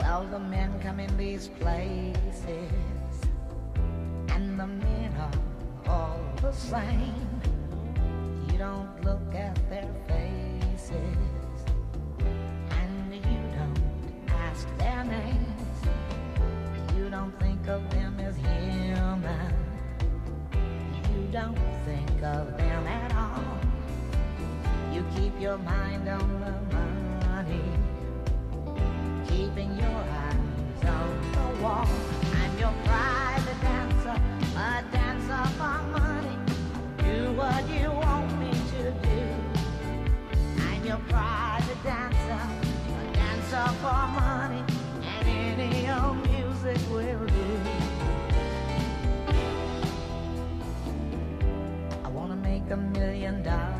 Well, the men come in these places, and the men are all the same. You don't look at their faces, and you don't ask their names. You don't think of them as human. You don't think of them at all. You keep your mind on the money, keeping your eyes on the wall. I'm your private dancer, a dancer for money. Do what you want me to do. I'm your private dancer, a dancer for money, and any old music will do. I wanna make $1 million.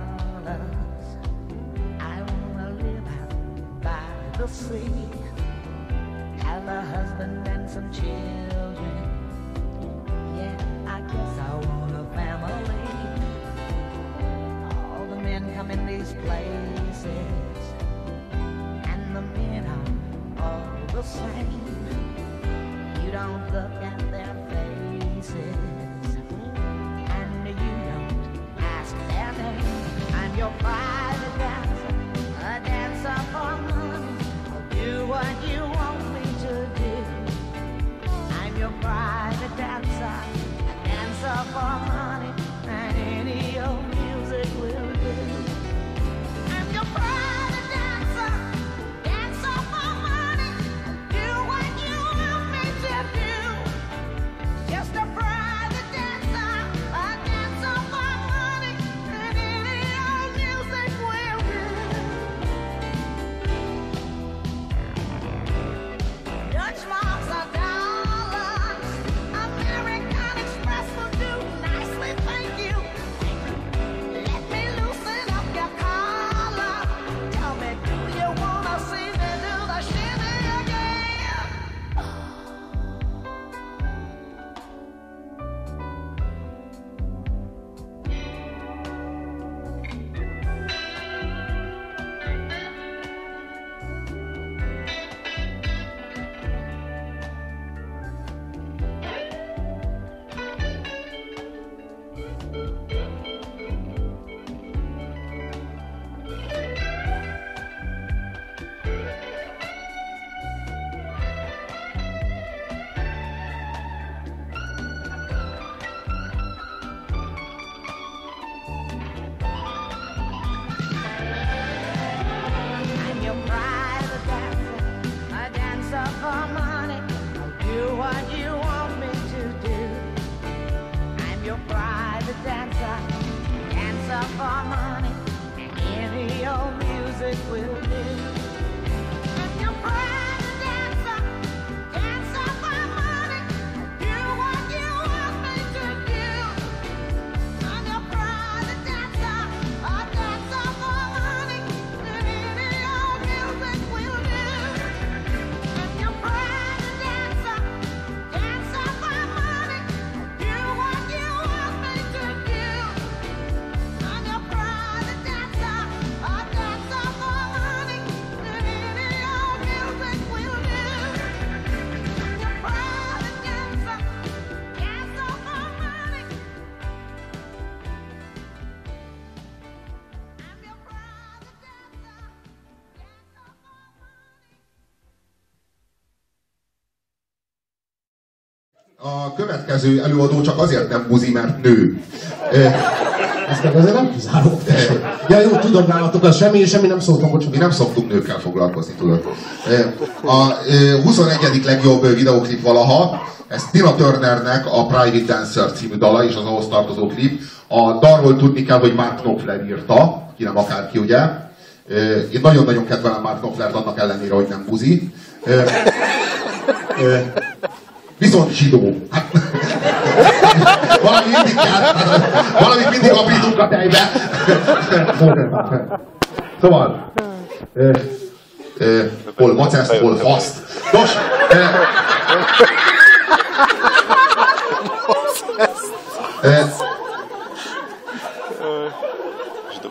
I wanna live out by the sea, have a husband and some children. Yeah, I guess I want a family. All the men come in these places, and the men are all the same. You don't look at their faces, and you don't ask their name. I'm your private dancer, a dancer for money. I'll do what you want me to do. I'm your private dancer, a dancer for money, and any old music will do. I'm your private dancer, dancer for money. Do what you want me to do. Just a private dancer, a dancer for money, and any old music will do. Dutch marks are dollars, American Express will do nicely, thank you. Let me loosen up your collar. Tell me, do you wanna see me do the shimmy again? I'm your private dancer, a dancer for money. I'll do what you want me to do. I'm your private dancer, dancer for money, and any old music will do. I'm your private dancer, dancer for money. Do what you want me to do. I'm your private dancer, a dancer for money, and any old music will do. I'm your private dancer, dancer for money. Do what you want me to do. I'm your private dancer, a dancer for money, and any old music will do. I'm your private dancer, dancer for money. I'm your private dancer, dancer for money. A következő előadó csak azért nem buzi, mert nő. Ezt meg azért nem kizárok. Ja, jó, tudom nálatok, az semmi nem szóltam, bocsánat. Mi nem szoktunk nőkkel foglalkozni, tudod. A 21. legjobb videoklip valaha, ez Tina Turnernek a Private Dancer című dala, és az ahhoz tartozó klip. A dalról tudni kell, hogy Mark Knopfler írta, ki nem akárki, ugye. Én nagyon-nagyon kedvelem Mark Knopflert, annak ellenére, hogy nem buzi. Viszont zsidó. Valami mindig kell, valamit mindig aprítunk a tejbe. Szóval, hol maceszt, hol faszt. Nos,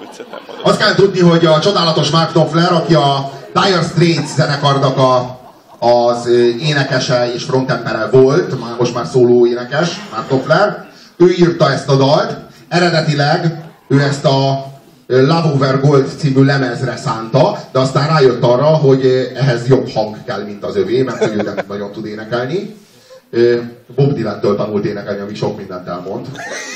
azt kell tudni, hogy a csodálatos Mark Knopfler, aki a Dire Straits zenekarnak a az énekese és frontembere volt, most már szóló énekes, Mark Knopfler. Ő írta ezt a dalt. Eredetileg ő ezt a Love Over Gold című lemezre szánta, de aztán rájött arra, hogy ehhez jobb hang kell, mint az övé, mert ő nem nagyon tud énekelni. Bob Dylan-től tanult énekelni, ami sok mindent elmond.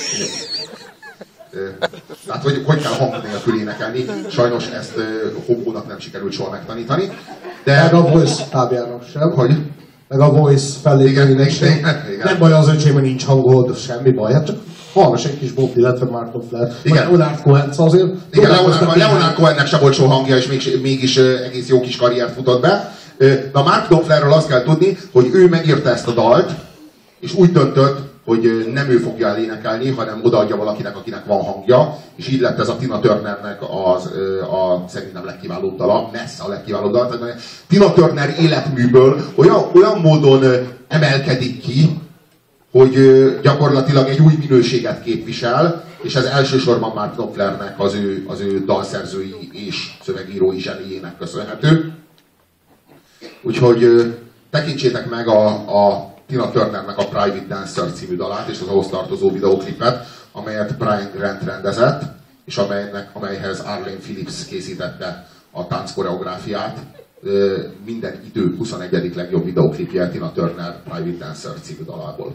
Tehát, hogy kell hang nélkül énekelni. Sajnos ezt Hobónak nem sikerült soha megtanítani. De meg a Voice tábjának sem. Hogy? Meg a Voice fellépőinek sem. Nem baj az öcsém, hogy nincs hangod, semmi baj. Hát csak hallgass egy kis Bob Dylan, vagy Mark Knopfler, vagy Leonard Cohen, azért. Igen, Leonard Cohennek sem volt soha hangja, és mégis egész jó kis karriert futott be. Na, Mark Knopflerről azt kell tudni, hogy ő megírta ezt a dalt, és úgy döntött, hogy nem ő fogja elénekelni, hanem odaadja valakinek, akinek van hangja, és így lett ez a Tina Turnernek szerintem legkiválóbb dala, messze a legkiválóbb dala. Tehát Tina Turner életműből olyan módon emelkedik ki, hogy gyakorlatilag egy új minőséget képvisel, és ez elsősorban Mark Knopflernek az ő dalszerzői és szövegírói zseniének köszönhető. Úgyhogy tekintsétek meg a Tina Turnernek a Private Dancer című dalát és az ahhoz tartozó videóklipet, amelyet Brian Grant rendezett, és amelyhez Arlene Phillips készítette a tánckoreográfiát. Minden idő 21. legjobb videóklipje Tina Turner Private Dancer című dalából.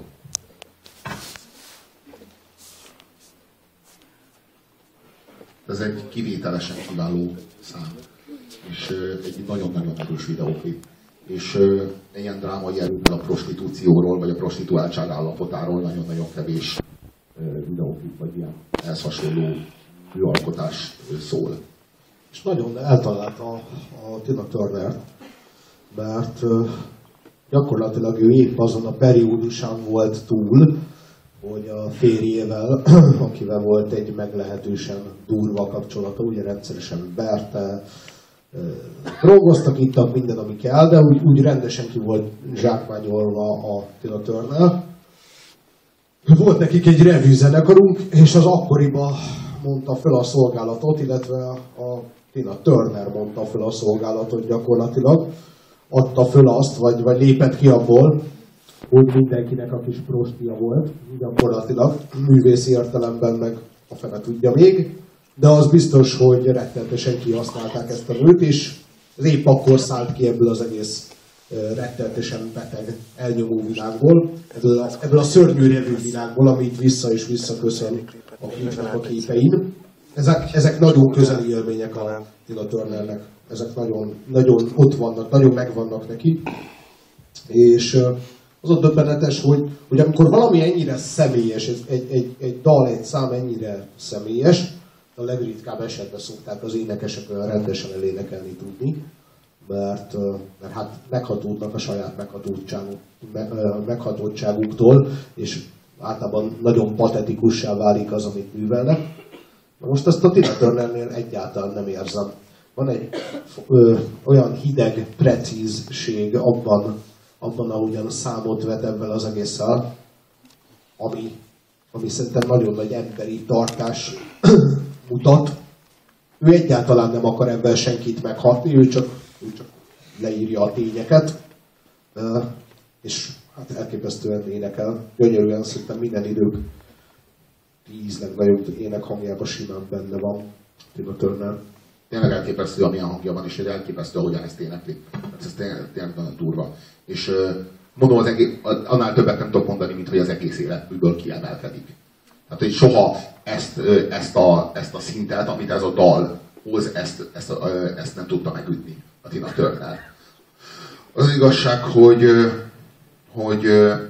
Ez egy kivételesen kiváló szám, és egy nagyon-nagyon erős videóklip. És ilyen drámai erővel a prostitúcióról, vagy a prostituáltság állapotáról nagyon-nagyon kevés videóklip, vagy ilyen ehhez hasonló műalkotás szól. És nagyon eltalálta a Tina Turner, mert gyakorlatilag ő épp azon a periódusán volt túl, hogy a férjével, akivel volt egy meglehetősen durva kapcsolata, ugye rendszeresen verte, drogoztak, ittak, minden, ami kell, de úgy rendesen ki volt zsákmányolva a Tina Turner. Volt nekik egy revű zenekarunk, és az akkoriban mondta fel a szolgálatot, illetve a Tina Turner mondta fel a szolgálatot gyakorlatilag. Adta föl azt, vagy lépett ki abból, hogy mindenkinek a kis prostia volt, gyakorlatilag, művészi értelemben meg a fene tudja még, de az biztos, hogy rettenetesen kihasználták ezt a nőt, és épp akkor szállt ki ebből az egész rettenetesen beteg, elnyomó világból, ebből a szörnyű revű világból, amit vissza és visszaköszön a klipnek a képein. Ezek nagyon közeli élmények a Tina Turnernek. Ezek nagyon, nagyon ott vannak, nagyon megvannak neki. És az a döbbenetes, hogy amikor valami ennyire személyes, egy dal, egy szám ennyire személyes, a legritkább esetben szokták az énekesek olyan rendesen elénekelni tudni, mert hát meghatódnak a saját meghatottságuktól, és általában nagyon patetikussá válik az, amit művelnek. Na most ezt a Tina Turnernél egyáltalán nem érzem. Van egy olyan hideg precízség abban, ahogyan számot vet ebben az egésszel, ami szerintem nagyon nagy emberi tartás mutat. Ő egyáltalán nem akar ebben senkit meghatni, ő csak leírja a tényeket, és hát elképesztően énekel. Gyönyörűen, szerintem minden idők 10 legnagyobb énekhangjában simán benne van Tina Turner. Tényleg elképesztő, amilyen hangja van, és elképesztő, ahogyan ezt énekli. Ez tényleg nagyon durva. És mondom, annál többet nem tudok mondani, mint hogy az egész életműből kiemelkedik. Tehát, hogy soha ezt a szintet, amit ez a dal hoz, ezt nem tudta megütni a Tina Turner. Az igazság, hogy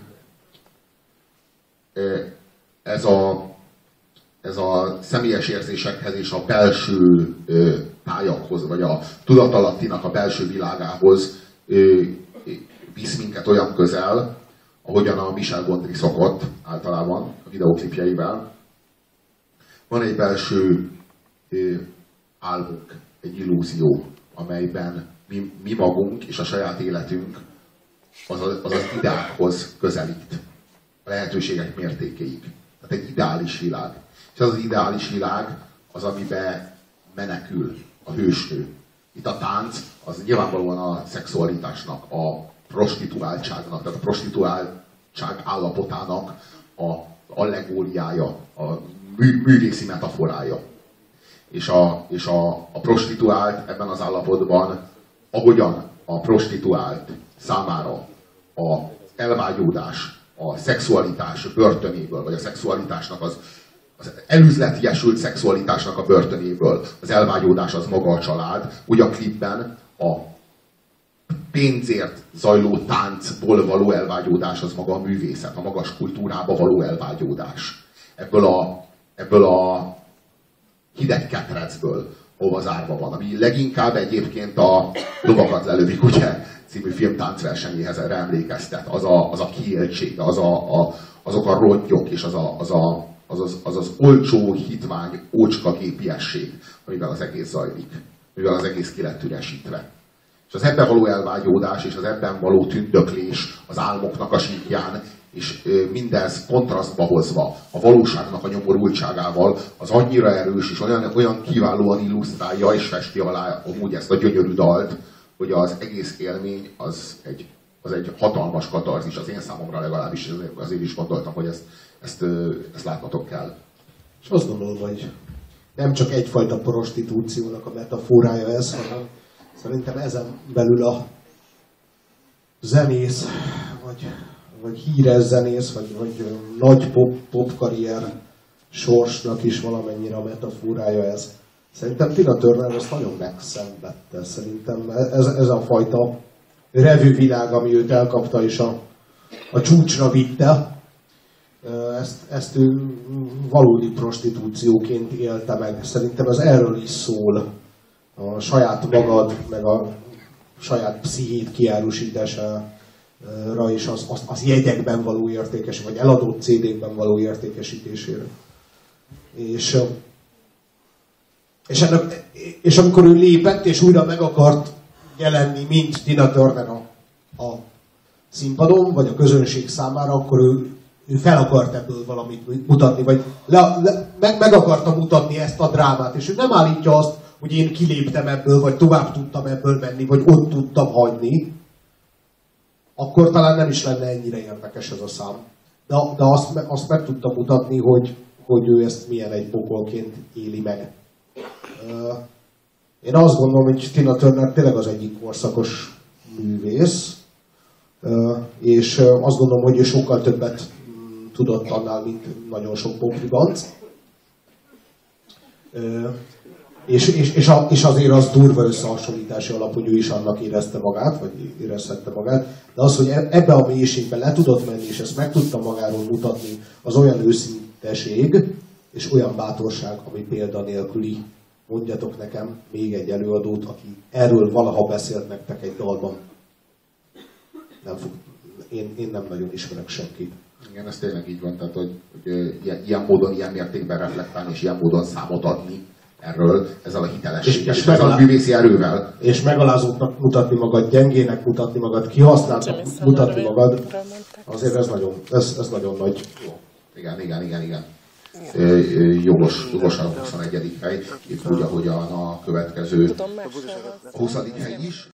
ez a személyes érzésekhez és a belső tájakhoz, vagy a tudatalattinak a belső világához visz minket olyan közel, ahogyan a Michel Gondry szokott általában a videóklipjeivel. Van egy belső álmunk, egy illúzió, amelyben mi magunk és a saját életünk az ideákhoz közelít, a lehetőségek mértékéig. Tehát egy ideális világ. És az ideális világ az, amiben menekül a hősnő. Itt a tánc az nyilvánvalóan a szexualitásnak, a prostituáltságnak, tehát a prostituáltság állapotának a allegóriája, a művészi metaforája. És a prostituált ebben az állapotban, ahogyan a prostituált számára az elvágyódás, a szexualitás börtönéből, vagy a szexualitásnak az elüzletiesült szexualitásnak a börtönéből, az elvágyódás az maga a család, úgy a klipben a pénzért zajló táncból való elvágyódás az maga a művészet, a magas kultúrába való elvágyódás. Ebből a hideg ketrecből, hova zárva van, ami leginkább egyébként a Lovakat lelövik, ugye, című film táncversenyéhez erre emlékeztet. Az a kiéltség, azok a rongyok, és az olcsó, hitvány, ócska gépiesség, amivel az egész zajlik, mivel az egész ki lett üresítve. És az ebben való elvágyódás, és az ebben való tündöklés az álmoknak a síkján, és mindez kontrasztba hozva a valóságnak a nyomorultságával, az annyira erős, és olyan kiválóan illusztrálja és festi alá amúgy ezt a gyönyörű dalt, hogy az egész élmény az egy hatalmas katarzis, az én számomra legalábbis, azért is gondoltam, hogy ezt látnotok kell. És azt gondolom, hogy nem csak egyfajta prostitúciónak a metaforája ez, hanem szerintem ezen belül a zenész, vagy híres zenész, vagy nagy pop karrier sorsnak is valamennyire a metaforája ez. Szerintem Tina Turner ezt nagyon megszenvedte. Szerintem ez a fajta revűvilág, ami őt elkapta és a csúcsra vitte, ezt ő valódi prostitúcióként élte meg. Szerintem ez erről is szól. A saját magad, meg a saját pszichét kiárusítására és az jegyekben való értékes, vagy eladott CD-kben való értékesítésére. És amikor ő lépett, és újra meg akart jelenni, mint Tina Turner a színpadon, vagy a közönség számára, akkor ő fel akart ebből valamit mutatni, vagy meg akarta mutatni ezt a drámát, és ő nem állítja azt, hogy én kiléptem ebből, vagy tovább tudtam ebből menni, vagy ott tudtam hagyni, akkor talán nem is lenne ennyire érdekes ez a szám. De azt meg tudtam mutatni, hogy ő ezt milyen egy pokolként éli meg. Én azt gondolom, hogy Tina Turner tényleg az egyik korszakos művész, és azt gondolom, hogy ő sokkal többet tudott annál, mint nagyon sok popribanc. És azért az durva összehasonlítási alap, hogy ő is annak érezte magát, vagy érezhette magát, de az, hogy ebbe a mélységbe le tudott menni, és ezt meg tudta magáról mutatni, az olyan őszinteség, és olyan bátorság, ami példanélküli. Mondjatok nekem még egy előadót, aki erről valaha beszélt nektek egy dalban. Én nem nagyon ismerek senkit. Igen, ez tényleg így van, tehát hogy ilyen módon, ilyen mértékben reflektálni, és ilyen módon számot adni erről, ezzel a hitelességgel, és ezzel a művészi erővel. És megalázóknak mutatni magad, gyengének mutatni magad, kihasználtnak mutatni magad, azért ez nagyon nagy. Igen. Jogos a 21. hely, itt úgy, ahogyan a következő 20. hely is.